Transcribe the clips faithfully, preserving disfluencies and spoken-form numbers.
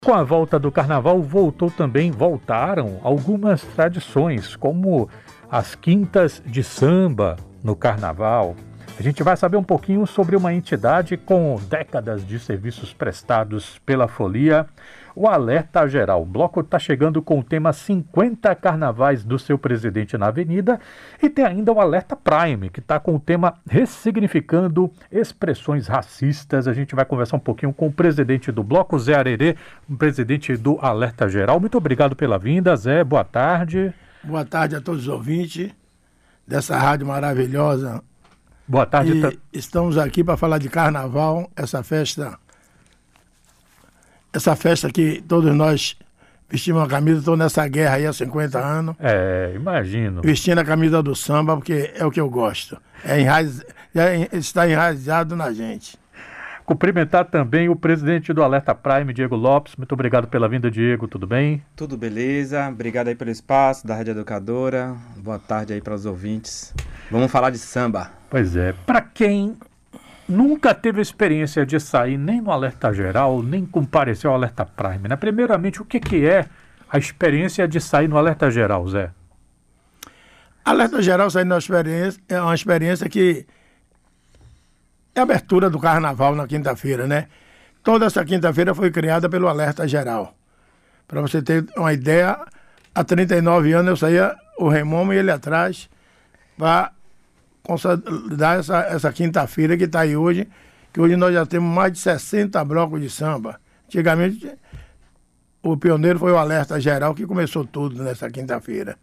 Com a volta do carnaval, voltou também, voltaram algumas tradições, como as quintas de samba no carnaval. A gente vai saber um pouquinho sobre uma entidade com décadas de serviços prestados pela folia, o Alerta Geral. O bloco está chegando com o tema cinquenta Carnavais do seu presidente na Avenida, e tem ainda o Alerta Prime, que está com o tema Ressignificando Expressões Racistas. A gente vai conversar um pouquinho com o presidente do bloco, Zé Arerê, o presidente do Alerta Geral. Muito obrigado pela vinda, Zé. Boa tarde. Boa tarde a todos os ouvintes dessa rádio maravilhosa. Boa tarde. E ta... estamos aqui para falar de carnaval, essa festa, essa festa que todos nós vestimos a camisa. Estou nessa guerra aí há cinquenta anos. É, imagino. Vestindo a camisa do samba, porque é o que eu gosto. É enraiz... é, está enraizado na gente. Cumprimentar também o presidente do Alerta Prime, Diego Lopes. Muito obrigado pela vinda, Diego. Tudo bem? Tudo beleza. Obrigado aí pelo espaço da Rádio Educadora. Boa tarde aí para os ouvintes. Vamos falar de samba. Pois é. Para quem nunca teve a experiência de sair nem no Alerta Geral, nem comparecer ao Alerta Prime, né? Primeiramente, o que, que é a experiência de sair no Alerta Geral, Zé? Alerta Geral sair na experiência é uma experiência que é a abertura do carnaval na quinta-feira, né? Toda essa quinta-feira foi criada pelo Alerta Geral. Para você ter uma ideia, há trinta e nove anos eu saía o Remomo e ele atrás para consolidar essa, essa quinta-feira que está aí hoje, que hoje nós já temos mais de sessenta blocos de samba. Antigamente, o pioneiro foi o Alerta Geral, que começou tudo nessa quinta-feira.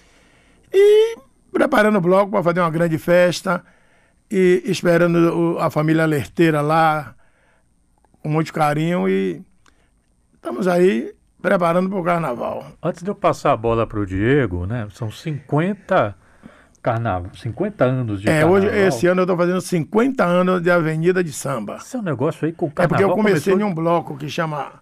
E preparando o bloco para fazer uma grande festa, e esperando a família alerteira lá, com muito carinho, e estamos aí preparando para o carnaval. Antes de eu passar a bola para o Diego, né? São cinquenta, carnaval, cinquenta anos de é, carnaval. Hoje, esse ano eu estou fazendo cinquenta anos de Avenida de Samba. Esse é um negócio aí com o carnaval. É porque eu comecei começou... em um bloco que chama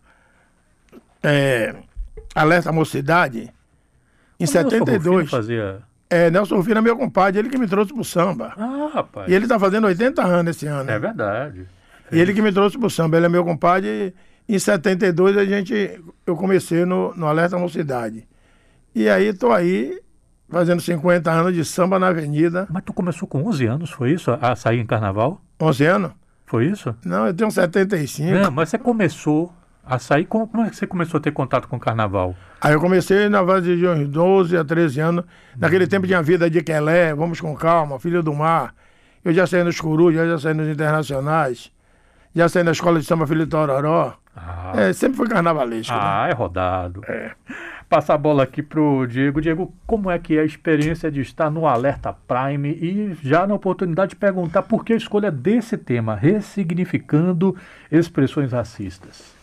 é, Alerta Mocidade, em setenta e dois. Fazia... É, Nelson Rufino é meu compadre, ele que me trouxe pro samba. Ah, rapaz. E ele tá fazendo oitenta anos esse ano. É verdade. E ele que me trouxe pro samba, ele é meu compadre. E em setenta e dois a gente, eu comecei no, no Alerta Mocidade. E aí tô aí, fazendo cinquenta anos de samba na Avenida. Mas tu começou com onze anos, foi isso? A sair em carnaval? onze anos? Foi isso? Não, eu tenho setenta e cinco. Não, mas você começou a sair, como, como é que você começou a ter contato com o carnaval? Aí eu comecei na base de uns doze a treze anos. Naquele tempo tinha Vida de Quelé, Vamos com Calma, Filho do Mar. Eu já saí nos Corujas, já saí nos Internacionais. Já saí na Escola de Samba Filho Tororó. Ah. É, sempre foi carnavalesco. Ah, né? É rodado. É. Passar a bola aqui pro Diego. Diego, como é que é a experiência de estar no Alerta Prime? E já na oportunidade de perguntar por que a escolha desse tema, ressignificando expressões racistas.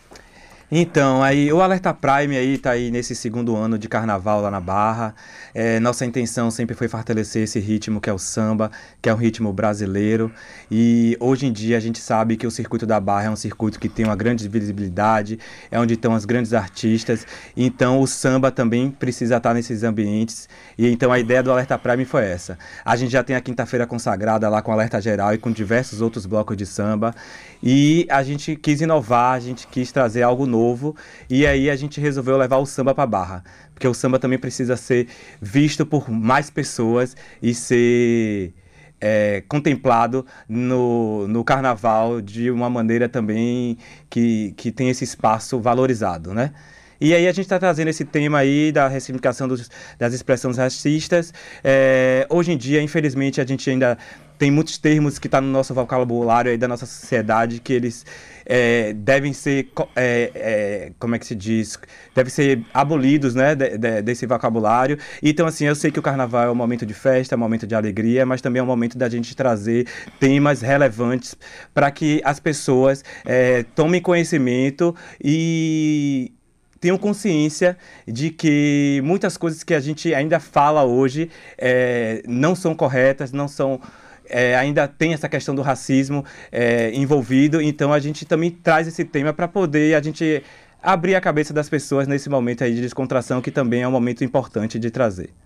Então, aí o Alerta Prime aí tá aí nesse segundo ano de carnaval lá na Barra. É, nossa intenção sempre foi fortalecer esse ritmo que é o samba, que é um ritmo brasileiro. E hoje em dia a gente sabe que o circuito da Barra é um circuito que tem uma grande visibilidade, é onde estão as grandes artistas. Então o samba também precisa estar nesses ambientes. E então a ideia do Alerta Prime foi essa. A gente já tem a quinta-feira consagrada lá com o Alerta Geral e com diversos outros blocos de samba. E a gente quis inovar, a gente quis trazer algo novo. Novo, e aí a gente resolveu levar o samba para Barra, porque o samba também precisa ser visto por mais pessoas e ser é, contemplado no, no carnaval de uma maneira também que, que tem esse espaço valorizado, né? E aí a gente está trazendo esse tema aí da ressignificação dos, das expressões racistas. É, hoje em dia, infelizmente, a gente ainda tem muitos termos que estão tá no nosso vocabulário aí da nossa sociedade que eles é, devem ser, é, é, como é que se diz, devem ser abolidos, né, de, de, desse vocabulário. Então, assim, eu sei que o carnaval é um momento de festa, é um momento de alegria, mas também é um momento da gente trazer temas relevantes para que as pessoas é, tomem conhecimento e tenham consciência de que muitas coisas que a gente ainda fala hoje é, não são corretas, não são... É, ainda tem essa questão do racismo é, envolvido, então a gente também traz esse tema para poder a gente abrir a cabeça das pessoas nesse momento aí de descontração, que também é um momento importante de trazer.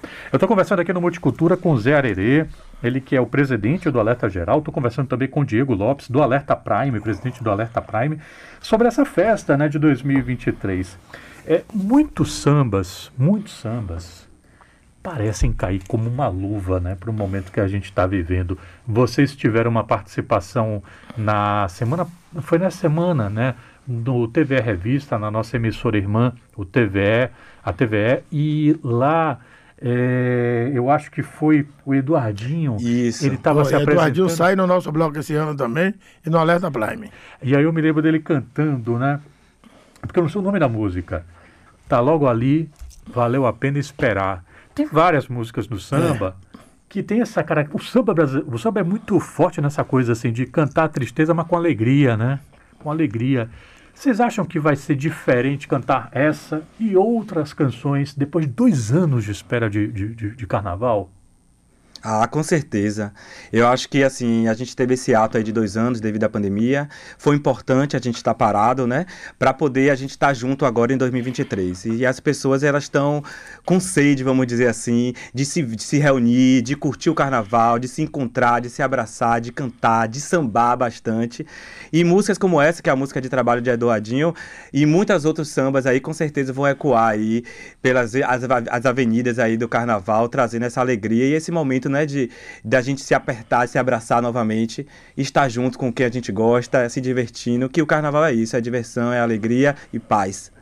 Eu estou conversando aqui no Multicultura com o Zé Arerê, ele que é o presidente do Alerta Geral. Estou conversando também com o Diego Lopes, do Alerta Prime, presidente do Alerta Prime, sobre essa festa, né, de dois mil e vinte e três. É, muitos sambas, muitos sambas parecem cair como uma luva, né, para o momento que a gente está vivendo. Vocês tiveram uma participação na semana, foi na semana, né, no T V E Revista, na nossa emissora irmã, o T V E, a T V E, e lá é, eu acho que foi o Eduardinho. Isso. Ele estava se apresentando. Eduardinho sai no nosso bloco esse ano também e no Alerta Prime. E aí eu me lembro dele cantando, né? Porque eu não sei o nome da música. Tá logo ali, valeu a pena esperar. Tem várias músicas no samba é. que tem essa característica. O samba brasileiro, o samba é muito forte nessa coisa assim de cantar a tristeza, mas com alegria, né? Com alegria. Vocês acham que vai ser diferente cantar essa e outras canções depois de dois anos de espera de, de, de, de carnaval? Ah, com certeza. Eu acho que, assim, a gente teve esse ato aí de dois anos devido à pandemia. Foi importante a gente estar parado, né? Para poder a gente estar junto agora em dois mil e vinte e três. E as pessoas, elas estão com sede, vamos dizer assim, de se, de se reunir, de curtir o carnaval, de se encontrar, de se abraçar, de cantar, de sambar bastante. E músicas como essa, que é a música de trabalho de Eduardinho, e muitas outras sambas aí, com certeza vão ecoar aí pelas as, as avenidas aí do carnaval, trazendo essa alegria e esse momento, né, de, de a gente se apertar, se abraçar novamente, estar junto com quem a gente gosta, se divertindo, que o carnaval é isso, é diversão, é alegria e paz.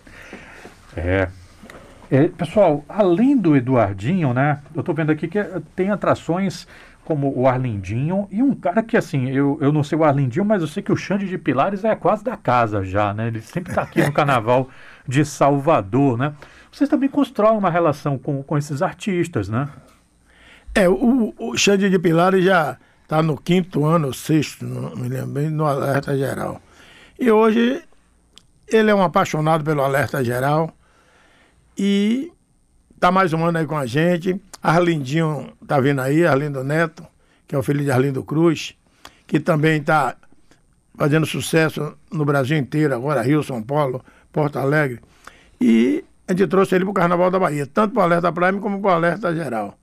É. é pessoal, além do Eduardinho, né, eu tô vendo aqui que tem atrações como o Arlindinho e um cara que, assim, eu, eu não sei o Arlindinho, mas eu sei que o Xande de Pilares é quase da casa já, né, ele sempre tá aqui no Carnaval de Salvador, né. Vocês também constroem uma relação com, com esses artistas, né? É, o, o Xande de Pilares já está no quinto ano, ou sexto, não me lembro bem, no Alerta Geral. E hoje ele é um apaixonado pelo Alerta Geral e está mais um ano aí com a gente. Arlindinho está vindo aí, Arlindo Neto, que é o filho de Arlindo Cruz, que também está fazendo sucesso no Brasil inteiro, agora Rio, São Paulo, Porto Alegre. E a gente trouxe ele para o Carnaval da Bahia, tanto para o Alerta Prime como para o Alerta Geral.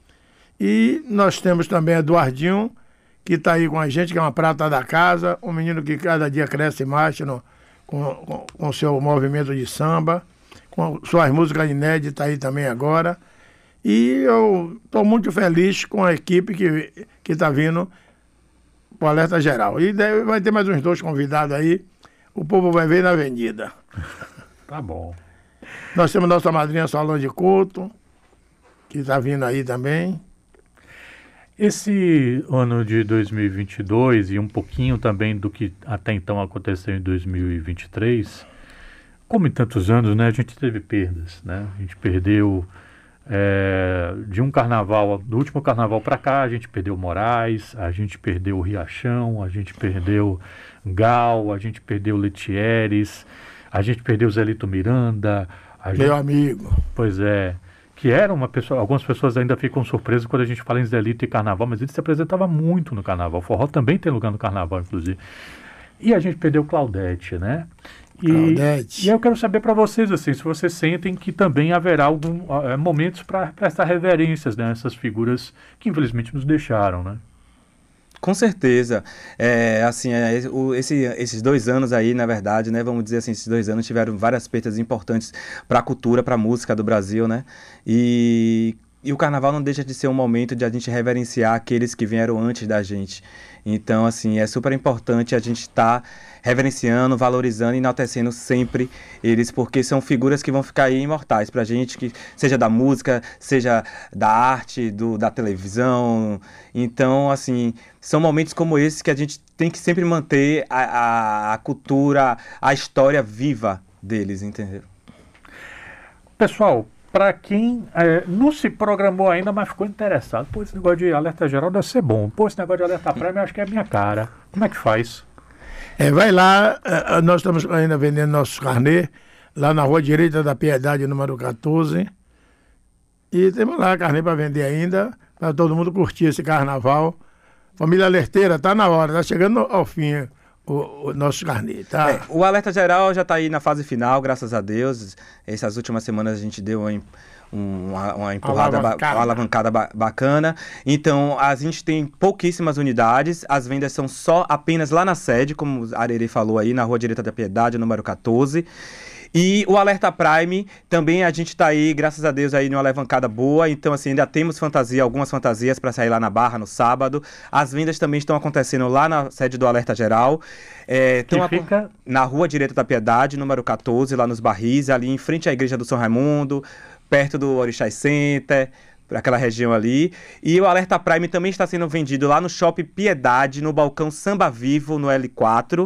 E nós temos também Eduardinho, que está aí com a gente, que é uma prata da casa, um menino que cada dia cresce mais no, com o seu movimento de samba, com suas músicas inéditas aí também agora. E eu estou muito feliz com a equipe que está vindo para o Alerta Geral. E deve, vai ter mais uns dois convidados aí, o povo vai ver na avenida. Tá bom. Nós temos nossa madrinha Solange Couto, que está vindo aí também. Esse ano de dois mil e vinte e dois e um pouquinho também do que até então aconteceu em dois mil e vinte e três, como em tantos anos, né, a gente teve perdas, né? A gente perdeu é, de um carnaval, do último carnaval para cá, a gente perdeu Moraes, a gente perdeu o Riachão, a gente perdeu Gal, a gente perdeu Letieres, a gente perdeu Zelito Miranda. A Meu gente... amigo. Pois é. Que era uma pessoa, algumas pessoas ainda ficam surpresas quando a gente fala em Zelito e Carnaval, mas ele se apresentava muito no Carnaval. O forró também tem lugar no Carnaval, inclusive. E a gente perdeu Claudete, né? E, Claudete. E eu quero saber para vocês, assim, se vocês sentem que também haverá algum, é, momentos para prestar reverências, né? Essas figuras que infelizmente nos deixaram, né? Com certeza. É, assim, é, o, esse, esses dois anos aí, na verdade, né, vamos dizer assim, esses dois anos tiveram várias perdas importantes para a cultura, para a música do Brasil, né? E, e o Carnaval não deixa de ser um momento de a gente reverenciar aqueles que vieram antes da gente. Então, assim, é super importante a gente estar tá reverenciando, valorizando e enaltecendo sempre eles, porque são figuras que vão ficar aí imortais pra gente, que seja da música, seja da arte, do, da televisão. Então, assim, são momentos como esses que a gente tem que sempre manter a, a, a cultura, a história viva deles, entendeu? Pessoal, para quem é, não se programou ainda, mas ficou interessado, pô, esse negócio de Alerta Geral deve ser bom. Pô, esse negócio de Alerta Prime eu acho que é a minha cara. Como é que faz? É, vai lá, nós estamos ainda vendendo nossos carnê, lá na Rua Direita da Piedade, número quatorze. E temos lá carnê para vender ainda, para todo mundo curtir esse carnaval. Família Alerteira, tá na hora, tá chegando ao fim o, o nosso carnê, tá? É, o Alerta Geral já está aí na fase final, graças a Deus. Essas últimas semanas a gente deu uma, uma, uma empurrada, alavancada, uma alavancada ba bacana. Então, a gente tem pouquíssimas unidades, as vendas são só apenas lá na sede, como a Arerê falou aí, na Rua Direita da Piedade, número quatorze. E o Alerta Prime, também a gente está aí, graças a Deus, aí numa alavancada boa. Então, assim, ainda temos fantasia, algumas fantasias para sair lá na Barra no sábado. As vendas também estão acontecendo lá na sede do Alerta Geral. É, que fica na Rua Direita da Piedade, número quatorze, lá nos Barris, ali em frente à Igreja do São Raimundo, perto do Orixás Center, por aquela região ali. E o Alerta Prime também está sendo vendido lá no Shopping Piedade, no balcão Samba Vivo, no L quatro.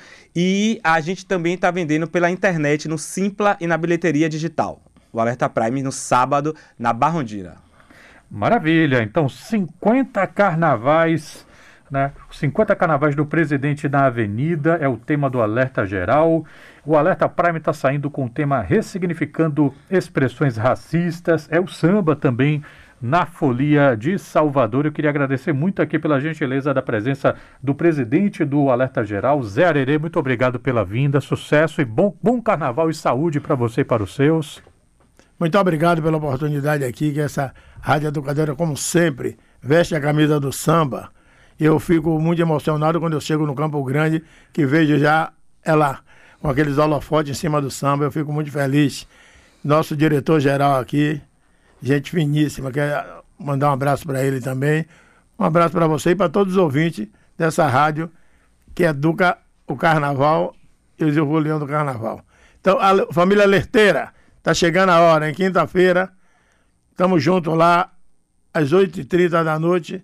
E a gente também está vendendo pela internet, no Simpla e na bilheteria digital. O Alerta Prime no sábado, na Barrondira. Maravilha! Então, cinquenta carnavais, né? cinquenta carnavais do Presidente na Avenida é o tema do Alerta Geral. O Alerta Prime está saindo com o tema Ressignificando Expressões Racistas. É o samba também na Folia de Salvador. Eu queria agradecer muito aqui pela gentileza da presença do presidente do Alerta Geral, Zé Arerê. Muito obrigado pela vinda, sucesso e bom, bom carnaval e saúde para você e para os seus. Muito obrigado pela oportunidade aqui, que essa Rádio Educadora, como sempre, veste a camisa do samba. Eu fico muito emocionado quando eu chego no Campo Grande, que vejo já ela com aqueles holofotes em cima do samba. Eu fico muito feliz. Nosso diretor-geral aqui, gente finíssima, quero mandar um abraço para ele também. Um abraço para você e para todos os ouvintes dessa rádio que educa o carnaval e os orgulhão do carnaval. Então, a família Lerteira, tá chegando a hora, em quinta-feira, estamos juntos lá às oito e trinta da noite,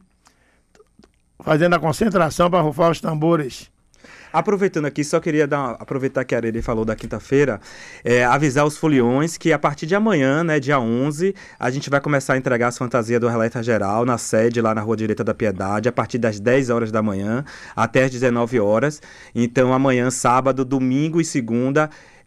fazendo a concentração para rufar os tambores. Aproveitando aqui, só queria dar uma, aproveitar que a Arerê falou da quinta-feira, é, avisar os foliões que a partir de amanhã, né, dia onze, a gente vai começar a entregar as fantasias do Alerta Geral na sede, lá na Rua Direita da Piedade, a partir das dez horas da manhã até as dezenove horas. Então, amanhã, sábado, domingo e segunda,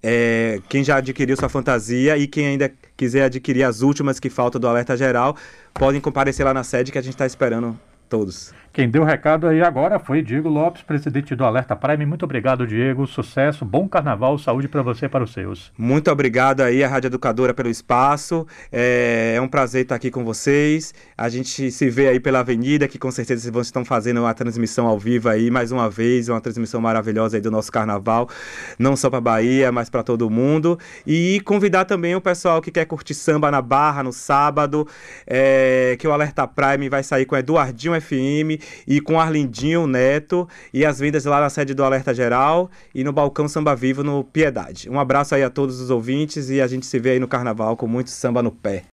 é, quem já adquiriu sua fantasia e quem ainda quiser adquirir as últimas que faltam do Alerta Geral, podem comparecer lá na sede que a gente está esperando todos. Quem deu o recado aí agora foi Diego Lopes, presidente do Alerta Prime. Muito obrigado, Diego. Sucesso, bom carnaval, saúde para você e para os seus. Muito obrigado aí à Rádio Educadora pelo espaço. É, é um prazer estar aqui com vocês. A gente se vê aí pela avenida, que com certeza vocês estão fazendo uma transmissão ao vivo aí, mais uma vez, uma transmissão maravilhosa aí do nosso carnaval, não só para Bahia, mas para todo mundo. E convidar também o pessoal que quer curtir samba na Barra no sábado, é, que o Alerta Prime vai sair com Eduardinho F M e com Arlindinho Neto, e as vendas lá na sede do Alerta Geral e no balcão Samba Vivo no Piedade. Um abraço aí a todos os ouvintes e a gente se vê aí no carnaval com muito samba no pé.